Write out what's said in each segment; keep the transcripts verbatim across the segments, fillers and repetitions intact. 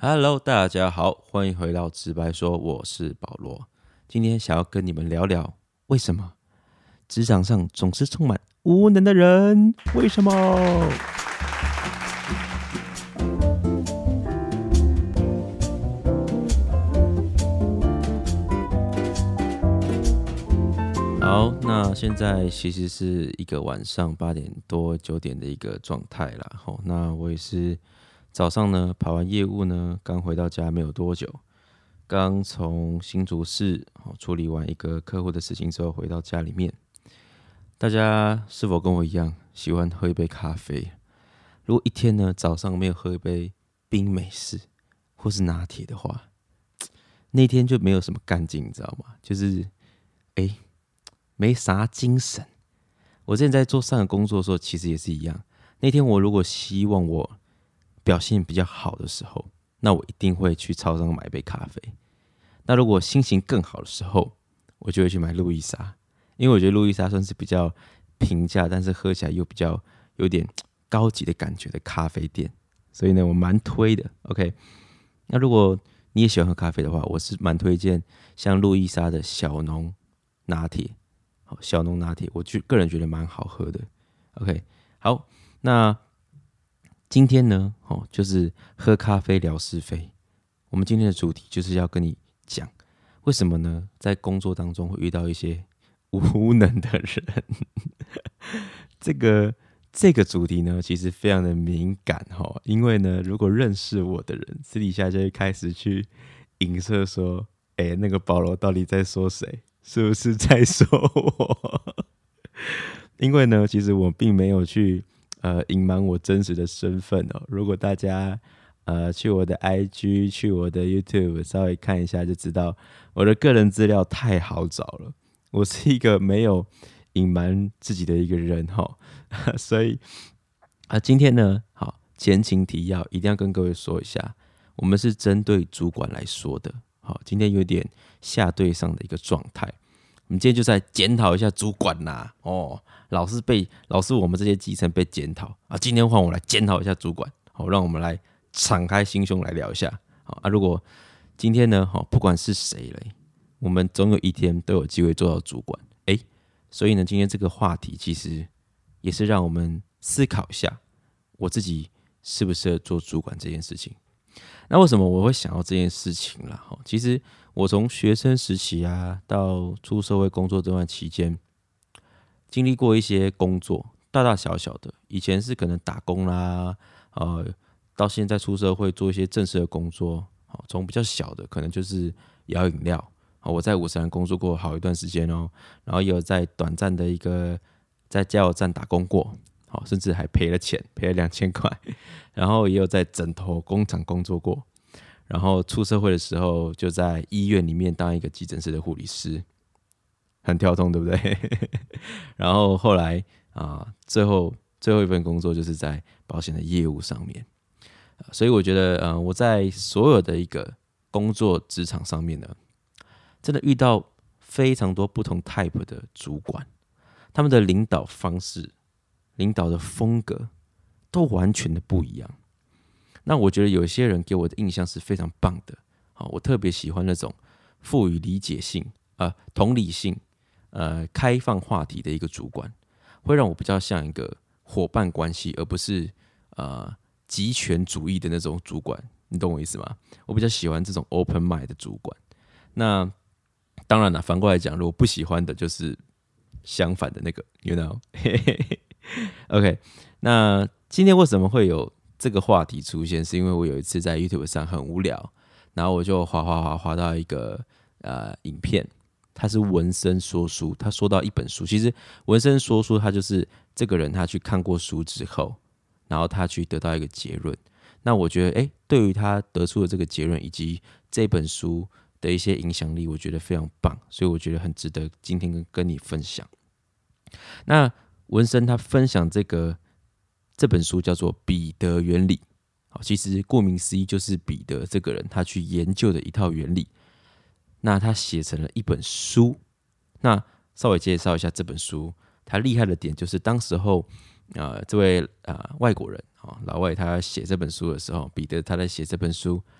Hello，大家好，欢迎回到直白说，我是保罗。今天想要跟你们聊聊，为什么职场上总是充满无能的人？为什么？好，那现在其实是一个晚上八点多九点的一个状态啦。吼，那我也是早上呢跑完业务呢，刚回到家没有多久。刚从新竹市处理完一个客户的事情之后，回到家里面，大家是否跟我一样喜欢喝一杯咖啡？如果一天呢早上没有喝一杯冰美式或是拿铁的话，那天就没有什么干劲，你知道吗？就是哎、欸，没啥精神。我之前在做上个工作的时候，其实也是一样。那天我如果希望我表现比较好的时候，那我一定会去超商买一杯咖啡。那如果心情更好的时候，我就会去买路易莎，因为我觉得路易莎算是比较平价，但是喝起来又比较有点高级的感觉的咖啡店，所以呢，我蛮推的。OK， 那如果你也喜欢喝咖啡的话，我是蛮推荐像路易莎的小浓拿铁，小浓拿铁，我个人觉得蛮好喝的。OK， 好，那今天呢，哦，就是喝咖啡聊是非。我们今天的主题就是要跟你讲，为什么呢？在工作当中会遇到一些无能的人。这个这个主题呢，其实非常的敏感哈，因为呢，如果认识我的人，私底下就会开始去影射说，哎、欸，那个保罗到底在说谁？是不是在说我？因为呢，其实我并没有去呃隐瞒我真实的身份哦。如果大家呃，去我的 I G， 去我的 YouTube 稍微看一下就知道，我的个人资料太好找了。我是一个没有隐瞒自己的一个人哈，所以啊、呃，今天呢，好前情提要，一定要跟各位说一下，我们是针对主管来说的。好，今天有点下对上的一个状态，我们今天就在检讨一下主管啦。哦，老是被老是我们这些基层被检讨啊，今天换我来检讨一下主管，好，让我们来敞开心胸来聊一下。好啊，如果今天呢，不管是谁嘞，我们总有一天都有机会做到主管。哎，所以呢，今天这个话题其实也是让我们思考一下，我自己适不适合做主管这件事情。那为什么我会想到这件事情啦？其实我从学生时期啊，到出社会工作这段期间，经历过一些工作，大大小小的。以前是可能打工啦，呃。到现在出社会做一些正式的工作，从比较小的可能就是摇饮料，我在五十岚工作过好一段时间哦，然后也有在短暂的一个在加油站打工过，甚至还赔了钱，赔了两千块，然后也有在枕头工厂工作过，然后出社会的时候就在医院里面当一个急诊室的护理师，很跳痛，对不对？然后后来啊、呃，最后最后一份工作就是在保险的业务上面。所以我觉得，呃，我在所有的一个工作职场上面呢，真的遇到非常多不同 type 的主管，他们的领导方式、领导的风格都完全的不一样。那我觉得有些人给我的印象是非常棒的，好，我特别喜欢那种赋予理解性、呃，同理性、呃，开放话题的一个主管，会让我比较像一个伙伴关系，而不是呃。极权主义的那种主管，你懂我意思吗？我比较喜欢这种 open mind 的主管。那当然了，反过来讲，如果不喜欢的，就是相反的那个 ，you know 。OK， 那今天为什么会有这个话题出现？是因为我有一次在 YouTube 上很无聊，然后我就滑滑滑滑到一个呃影片，他是文森说书，他说到一本书，其实文森说书，他就是这个人他去看过书之后。然后他去得到一个结论，那我觉得，哎，对于他得出的这个结论以及这本书的一些影响力，我觉得非常棒，所以我觉得很值得今天跟跟你分享。那文森他分享这个这本书叫做《彼得原理》，好，其实顾名思义就是彼得这个人他去研究的一套原理，那他写成了一本书。那稍微介绍一下这本书，他厉害的点就是当时候。呃，这位呃外国人啊、哦，老外他写这本书的时候，彼得他在写这本书，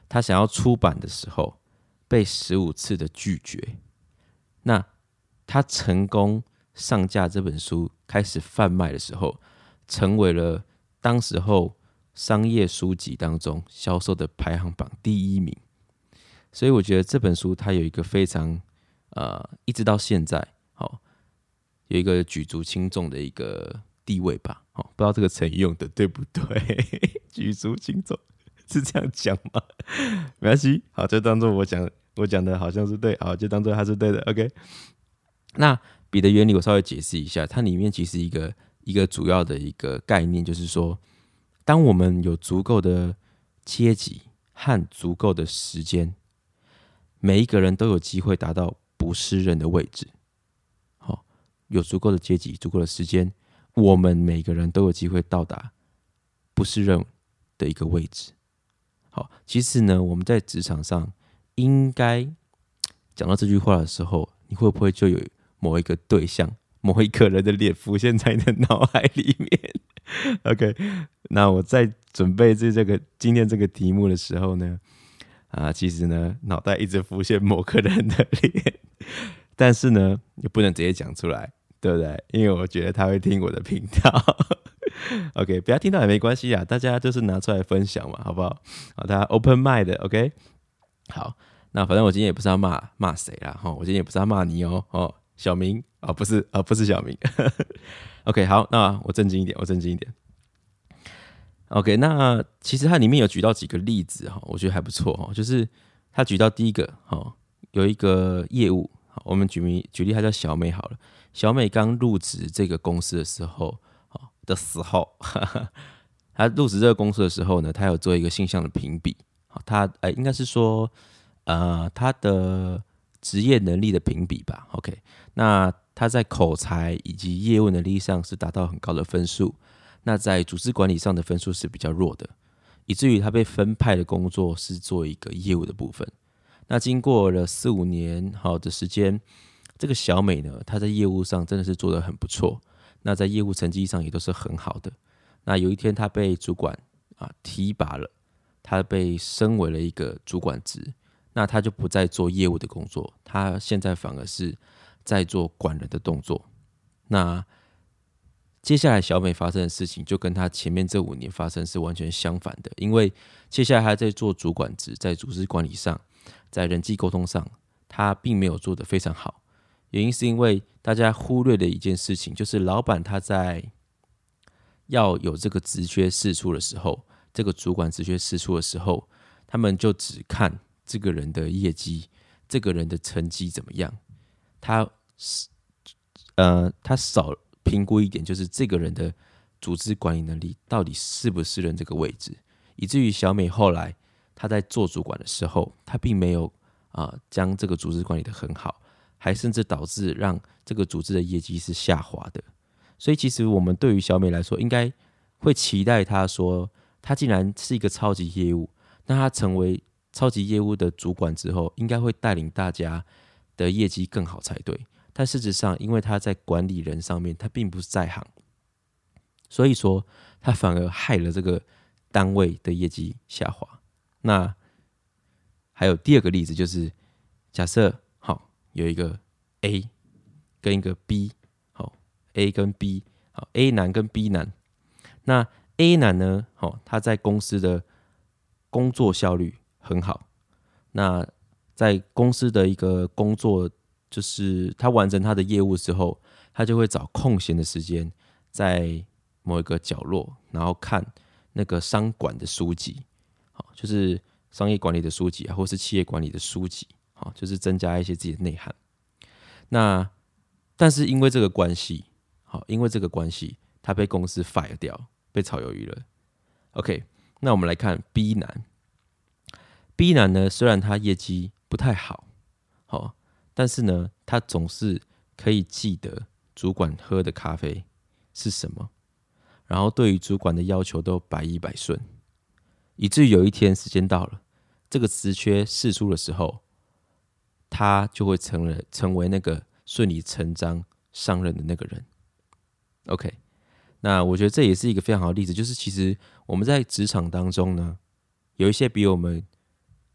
他想要出版的时候，被十五次的拒绝。那他成功上架这本书，开始贩卖的时候，成为了当时候商业书籍当中销售的排行榜第一名。所以我觉得这本书它有一个非常呃，一直到现在，好，有一个举足轻重的一个地位吧。好，不知道这个成语用的对不对？举足轻重是这样讲吗？没关系，好，就当做我讲我讲的好像是对，好，就当做它是对的。OK， 那彼得原理我稍微解释一下，它里面其实一个一个主要的一个概念就是说，当我们有足够的阶级和足够的时间，每一个人都有机会达到不是人的位置。好，有足够的阶级、足够的时间，我们每个人都有机会到达不是人的一个位置。好，其实呢，我们在职场上应该讲到这句话的时候，你会不会就有某一个对象、某一个人的脸浮现在你的脑海里面？OK， 那我在准备这这个今天这个题目的时候呢，啊，其实呢，脑袋一直浮现某个人的脸，但是呢，也不能直接讲出来，对不对？因为我觉得他会听我的频道。OK， 不要听到也没关系啊，大家就是拿出来分享嘛，好不好？好，大家 open mind， OK。好，那反正我今天也不是要骂骂谁啦，哈，我今天也不是要骂你哦，哦，小明啊、哦，不是啊、哦，不是小明。OK， 好，那我正经一点，我正经一点。OK， 那其实它里面有举到几个例子哈，我觉得还不错哈，就是他举到第一个哈，有一个业务，我们举例举例，他叫小美好了。小美刚入职这个公司的时候。的时候，他入职这个公司的时候呢，他有做一个性向的评比，他呃应该是说呃他的职业能力的评比吧。OK， 那他在口才以及业务能力上是达到很高的分数，那在组织管理上的分数是比较弱的，以至于他被分派的工作是做一个业务的部分。那经过了四五年好的时间，这个小美呢，她在业务上真的是做得很不错。那在业务成绩上也都是很好的。那有一天，他被主管啊提拔了，他被升为了一个主管职。那他就不再做业务的工作，他现在反而是在做管人的动作。那接下来小美发生的事情，就跟他前面这五年发生是完全相反的。因为接下来他在做主管职，在组织管理上，在人际沟通上，他并没有做得非常好。原因是因为大家忽略的一件事情，就是老板他在要有这个职缺释出的时候，这个主管职缺释出的时候，他们就只看这个人的业绩，这个人的成绩怎么样，他呃他少评估一点，就是这个人的组织管理能力到底适不适任这个位置，以至于小美后来她在做主管的时候，她并没有啊、呃、将这个组织管理得很好。还甚至导致让这个组织的业绩是下滑的，所以其实我们对于小美来说，应该会期待她说，她既然是一个超级业务，那她成为超级业务的主管之后，应该会带领大家的业绩更好才对。但事实上，因为她在管理人上面，她并不是在行，所以说她反而害了这个单位的业绩下滑。那还有第二个例子，就是假设有一个 A 跟一个 B， 好 ，A 跟 B， 好 ，A 男跟 B 男。那 A 男呢，好，他在公司的工作效率很好。那在公司的一个工作，就是他完成他的业务之后，他就会找空闲的时间，在某一个角落，然后看那个商管的书籍，好，就是商业管理的书籍啊，或是企业管理的书籍。好，就是增加一些自己的内涵。那但是因为这个关系，好，因为这个关系，他被公司 fire 掉，被炒鱿鱼了。OK， 那我们来看 B 男。B 男呢，虽然他业绩不太好，好，但是呢，他总是可以记得主管喝的咖啡是什么，然后对于主管的要求都百依百顺，以至于有一天时间到了，这个职缺释出的时候，他就会成了成为那个顺理成章上任的那个人。OK， 那我觉得这也是一个非常好的例子，就是其实我们在职场当中呢，有一些比我们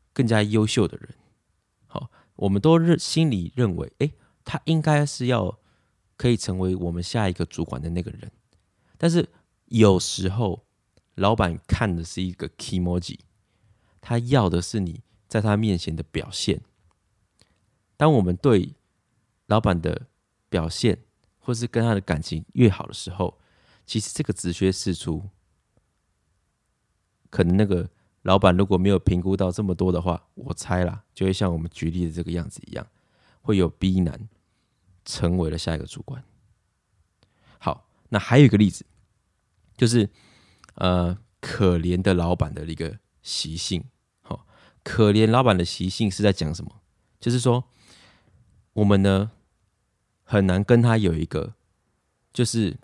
更加优秀的人。好，我们都认心里认为，哎，他应该是要可以成为我们下一个主管的那个人。但是有时候，老板看的是一个 kimoji， 他要的是你在他面前的表现。当我们对老板的表现，或是跟他的感情越好的时候，其实这个直觉释出，可能那个老板如果没有评估到这么多的话，我猜啦，就会像我们举例的这个样子一样，会有 B 男成为了下一个主管。好，那还有一个例子，就是呃，可怜的老板的一个习性。好，可怜老板的习性是在讲什么？就是说，我们呢很难跟他有一个就是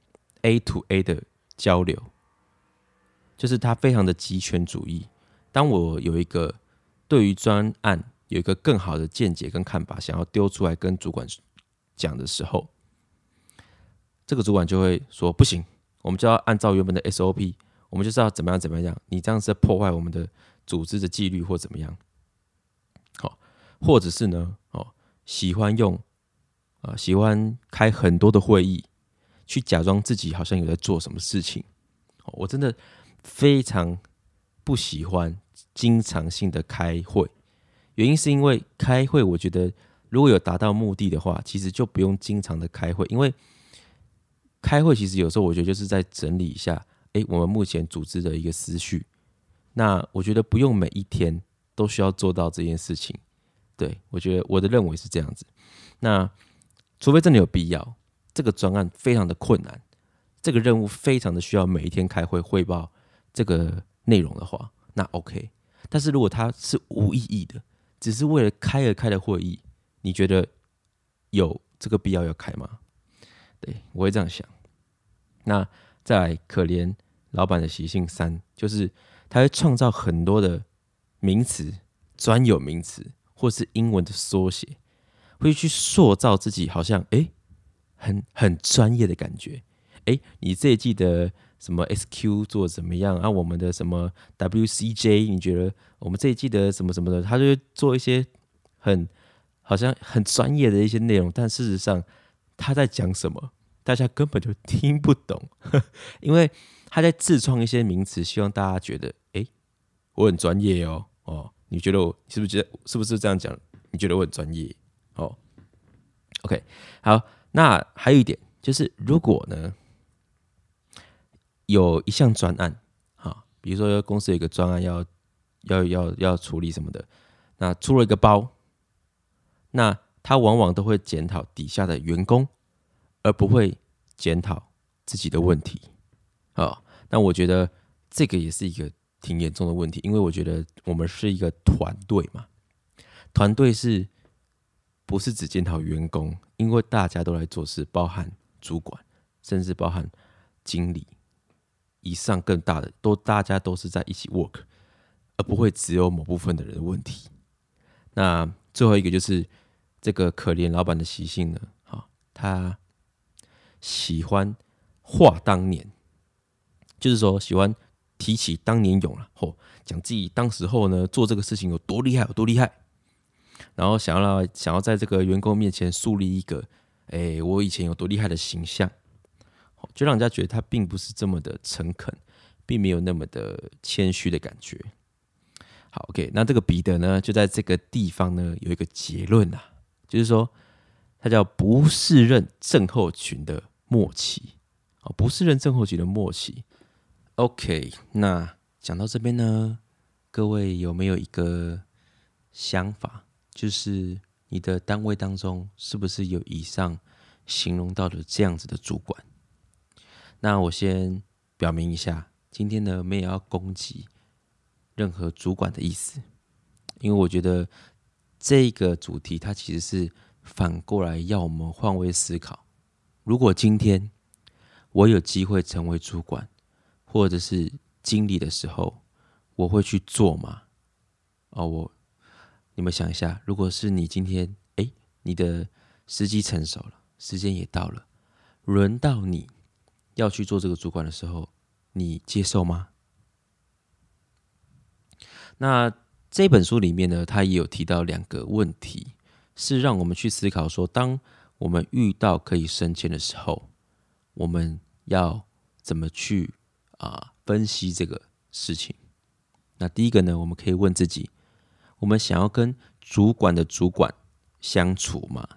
A to A 的交流，就是他非常的极权主义。当我有一个对于专案有一个更好的见解跟看法，想要丢出来跟主管讲的时候，这个主管就会说不行，我们就要按照原本的 S O P， 我们就是要怎么样怎么样，你这样是在破坏我们的组织的纪律或怎么样。好，或者是呢，哦，喜欢用啊、呃，喜欢开很多的会议，去假装自己好像有在做什么事情。哦、我真的非常不喜欢经常性的开会，原因是因为开会，我觉得如果有达到目的的话，其实就不用经常的开会，因为开会其实有时候我觉得就是在整理一下，哎，我们目前组织的一个思绪。那我觉得不用每一天都需要做到这件事情，对，我觉得我的认为是这样子。那除非真的有必要，这个专案非常的困难，这个任务非常的需要每一天开会汇报这个内容的话，那 OK。但是如果它是无意义的，只是为了开而开的会议，你觉得有这个必要要开吗？对，我会这样想。那再来，可怜老板的习性三，就是他会创造很多的名词、专有名词，或是英文的缩写，会去塑造自己好像哎、欸、很很专业的感觉。哎、欸，你这一季的什么 S Q 做怎么样啊？我们的什么 W C J， 你觉得我们这一季的什么什么的，他就会做一些很好像很专业的一些内容，但事实上他在讲什么？大家根本就听不懂，因为他在自创一些名词，希望大家觉得，哎、欸，我很专业哦，哦，你觉得我是不是觉得是不是这样讲？你觉得我很专业哦 ？OK， 好，那还有一点就是，如果呢有一项专案，哈，比如说公司有一个专案要要要要处理什么的，那出了一个包，那他往往都会检讨底下的员工。而不会检讨自己的问题，哦，那我觉得这个也是一个挺严重的问题，因为我觉得我们是一个团队嘛，团队是不是只检讨员工？因为大家都来做事，包含主管，甚至包含经理以上更大的，都大家都是在一起 work， 而不会只有某部分的人的问题。那最后一个就是这个可怜老板的习性呢，好，他喜欢话当年，就是说喜欢提起当年勇了，吼，讲自己当时候呢做这个事情有多厉害，有多厉害，然后想要想要在这个员工面前树立一个，哎、欸，我以前有多厉害的形象，就让人家觉得他并不是这么的诚恳，并没有那么的谦虚的感觉。好 ，OK， 那这个彼得呢，就在这个地方呢有一个结论啊，就是说他叫不适任症候群的末期，哦，不是认症候群的末期。OK， 那讲到这边呢，各位有没有一个想法，就是你的单位当中是不是有以上形容到的这样子的主管？那我先表明一下，今天呢没有要攻击任何主管的意思，因为我觉得这个主题它其实是反过来要我们换位思考。如果今天我有机会成为主管或者是经理的时候，我会去做吗？哦，我你们想一下，如果是你今天，哎，你的时机成熟了，时间也到了，轮到你要去做这个主管的时候，你接受吗？那这本书里面呢，他也有提到两个问题，是让我们去思考说，当我们遇到可以升迁的时候，我们要怎么去啊、分析这个事情。那第一个呢，我们可以问自己，我们想要跟主管的主管相处吗？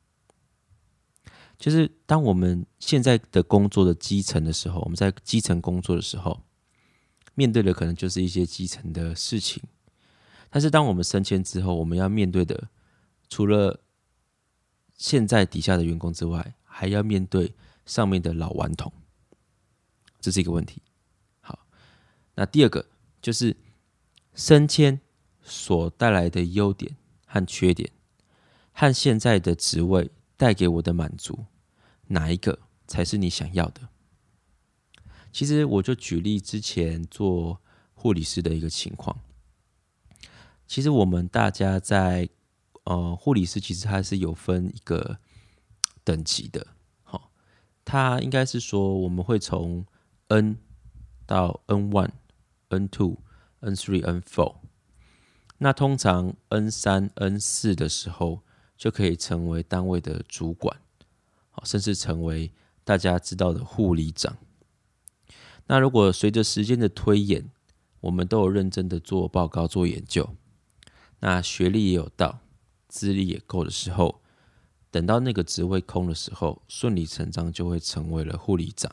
就是当我们现在的工作的基层的时候，我们在基层工作的时候，面对的可能就是一些基层的事情。但是当我们升迁之后，我们要面对的，除了现在底下的员工之外，还要面对上面的老顽童，这是一个问题。好，那第二个就是升迁所带来的优点和缺点，和现在的职位带给我的满足，哪一个才是你想要的？其实我就举例之前做护理师的一个情况。其实我们大家在呃护理师，其实它是有分一个等级的，好，它应该是说我们会从 N 到 N 一、N 二、N 三、N 四。那通常 N 三、N 四的时候，就可以成为单位的主管，甚至成为大家知道的护理长。那如果随着时间的推演，我们都有认真的做报告、做研究，那学历也有到，资历也够的时候，等到那个职位空的时候，顺理成章就会成为了护理长。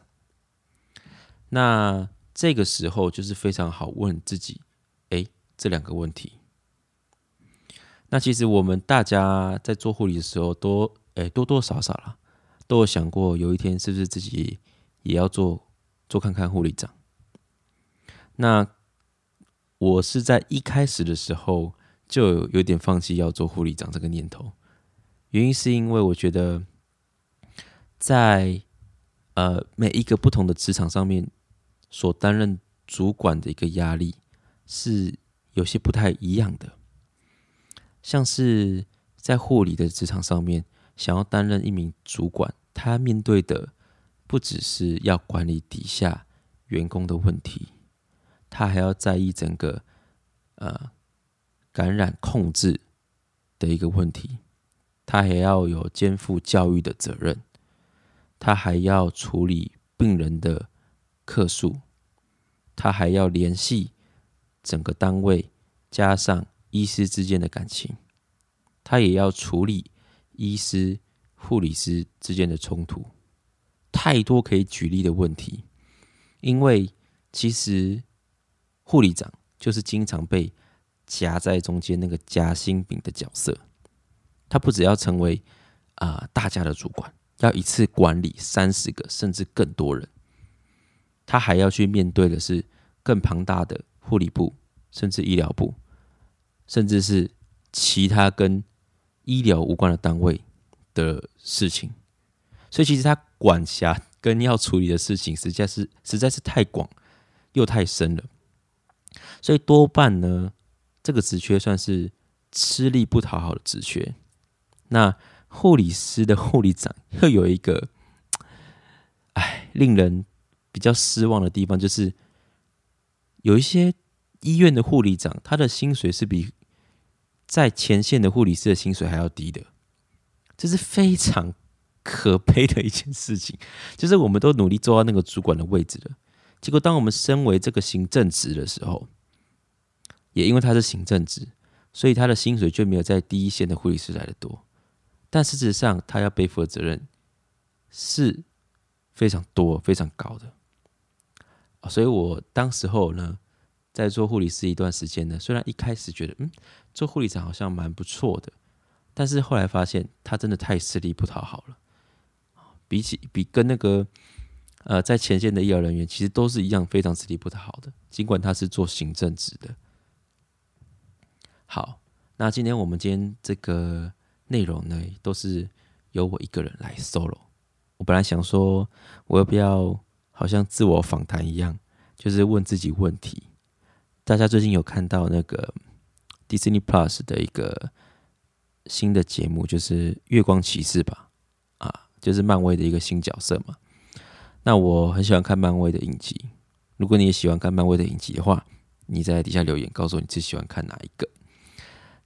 那这个时候就是非常好问自己，哎，这两个问题。那其实我们大家在做护理的时候都，诶多多少少啦，都有想过有一天是不是自己也要做做看看护理长。那我是在一开始的时候就有有点放弃要做护理长这个念头，原因是因为我觉得在呃每一个不同的职场上面所担任主管的一个压力是有些不太一样的。像是在护理的职场上面，想要担任一名主管，他面对的不只是要管理底下员工的问题，他还要在意整个呃感染控制的一个问题，他还要有肩负教育的责任，他还要处理病人的客诉，他还要联系整个单位，加上医师之间的感情，他也要处理医师、护理师之间的冲突，太多可以举例的问题。因为其实护理长就是经常被夹在中间那个夹心饼的角色，他不只要成为、呃、大家的主管，要一次管理三十个甚至更多人，他还要去面对的是更庞大的护理部，甚至医疗部，甚至是其他跟医疗无关的单位的事情。所以其实他管辖跟要处理的事情实在是实在是太广又太深了。所以多半呢，这个职缺算是吃力不讨好的职缺。那护理师的护理长又有一个唉令人比较失望的地方，就是有一些医院的护理长，他的薪水是比在前线的护理师的薪水还要低的，这是非常可悲的一件事情。就是我们都努力做到那个主管的位置了，结果当我们身为这个行政职的时候，也因为他是行政职，所以他的薪水就没有在第一线的护理师来的多。但事实上，他要背负的责任是非常多、非常高的。所以我当时候呢，在做护理师一段时间呢，虽然一开始觉得，嗯，做护理长好像蛮不错的，但是后来发现他真的太吃力不讨好了。比起比跟那个呃在前线的医疗人员，其实都是一样非常吃力不讨好的，尽管他是做行政职的。好，那今天我们今天这个内容呢，都是由我一个人来 solo。我本来想说，我要不要好像自我访谈一样，就是问自己问题。大家最近有看到那个 Disney Plus 的一个新的节目，就是《月光骑士》吧？啊，就是漫威的一个新角色嘛。那我很喜欢看漫威的影集，如果你也喜欢看漫威的影集的话，你在底下留言告诉我你最喜欢看哪一个。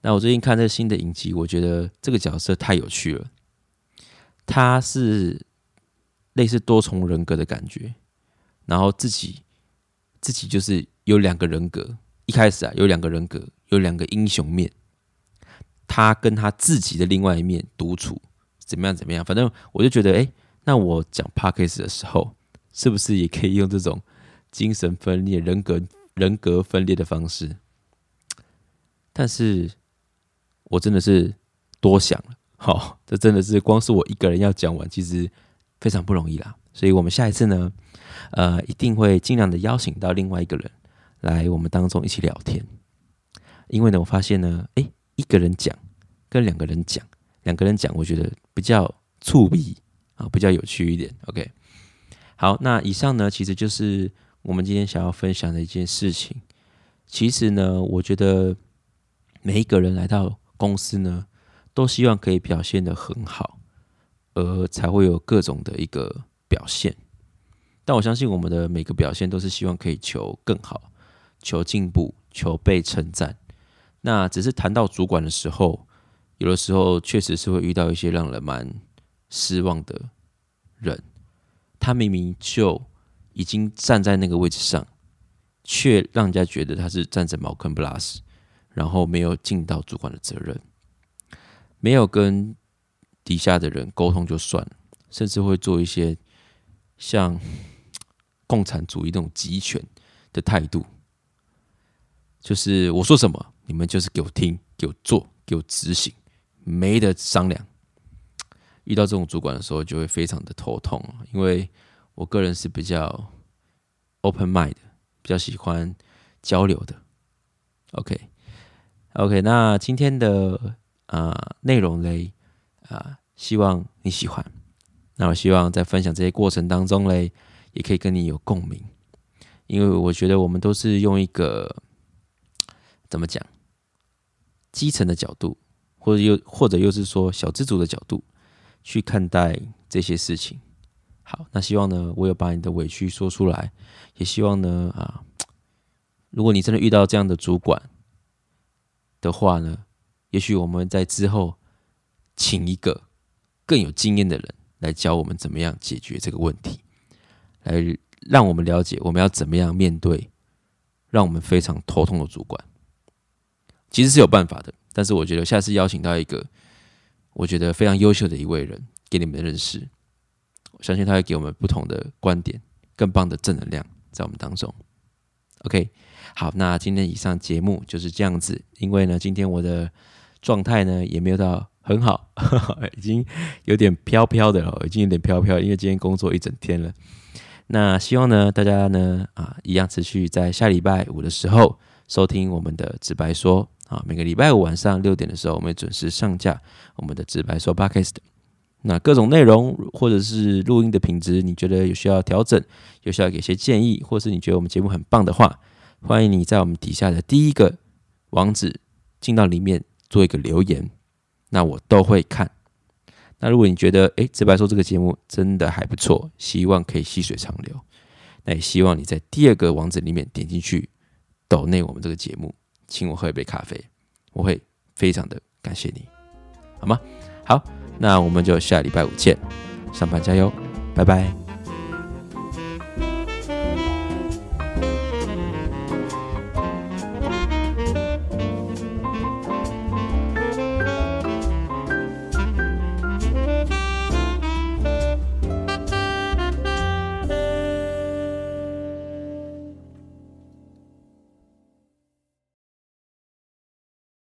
那我最近看这个新的影集，我觉得这个角色太有趣了。他是类似多重人格的感觉，然后自己自己就是有两个人格。一开始啊，有两个人格，有两个英雄面。他跟他自己的另外一面独处，怎么样怎么样？反正我就觉得，哎，那我讲 podcast 的时候，是不是也可以用这种精神分裂、人格人格分裂的方式？但是我真的是多想了，好、哦，这真的是光是我一个人要讲完，其实非常不容易啦。所以我们下一次呢，呃，一定会尽量的邀请到另外一个人来我们当中一起聊天。因为呢，我发现呢，哎，一个人讲跟两个人讲，两个人讲，我觉得比较触鼻啊，比较有趣一点。OK， 好，那以上呢，其实就是我们今天想要分享的一件事情。其实呢，我觉得每一个人来到公司呢，都希望可以表现得很好，而才会有各种的一个表现。但我相信我们的每个表现都是希望可以求更好、求进步、求被称赞。那只是谈到主管的时候，有的时候确实是会遇到一些让人蛮失望的人。他明明就已经站在那个位置上，却让人家觉得他是站着茅坑不拉屎，然后没有尽到主管的责任，没有跟底下的人沟通就算了，甚至会做一些像共产主义那种集权的态度，就是我说什么，你们就是给我听、给我做、给我执行，没得商量。遇到这种主管的时候，就会非常的头痛，因为我个人是比较 open mind 的，比较喜欢交流的。OK，OK，、okay. okay, 那今天的啊内容嘞啊，希望你喜欢。那我希望在分享这些过程当中嘞，也可以跟你有共鸣，因为我觉得我们都是用一个怎么讲，基层的角度，或者又或者又是说小资族的角度去看待这些事情。好，那希望呢，我有把你的委屈说出来，也希望呢啊，如果你真的遇到这样的主管的话呢，也许我们在之后请一个更有经验的人来教我们怎么样解决这个问题，来让我们了解我们要怎么样面对让我们非常头痛的主管。其实是有办法的，但是我觉得下次邀请到一个我觉得非常优秀的一位人给你们认识，我相信他会给我们不同的观点，更棒的正能量在我们当中。 OK， 好，那今天以上节目就是这样子。因为呢，今天我的状态呢也没有到很好，呵呵，已经有点飘飘的了，已经有点飘飘，因为今天工作一整天了。那希望呢大家呢啊一样持续在下礼拜五的时候收听我们的直白说啊，每个礼拜五晚上六点的时候，我们会准时上架我们的直白说 Podcast。那各种内容或者是录音的品质，你觉得有需要调整，有需要给些建议，或是你觉得我们节目很棒的话，欢迎你在我们底下的第一个网址进到里面做一个留言，那我都会看。那如果你觉得诶直白说这个节目真的还不错，希望可以细水长流，那也希望你在第二个网址里面点进去抖内我们这个节目，请我喝一杯咖啡，我会非常的感谢你，好吗？好，那我们就下礼拜五见，上班加油，拜拜。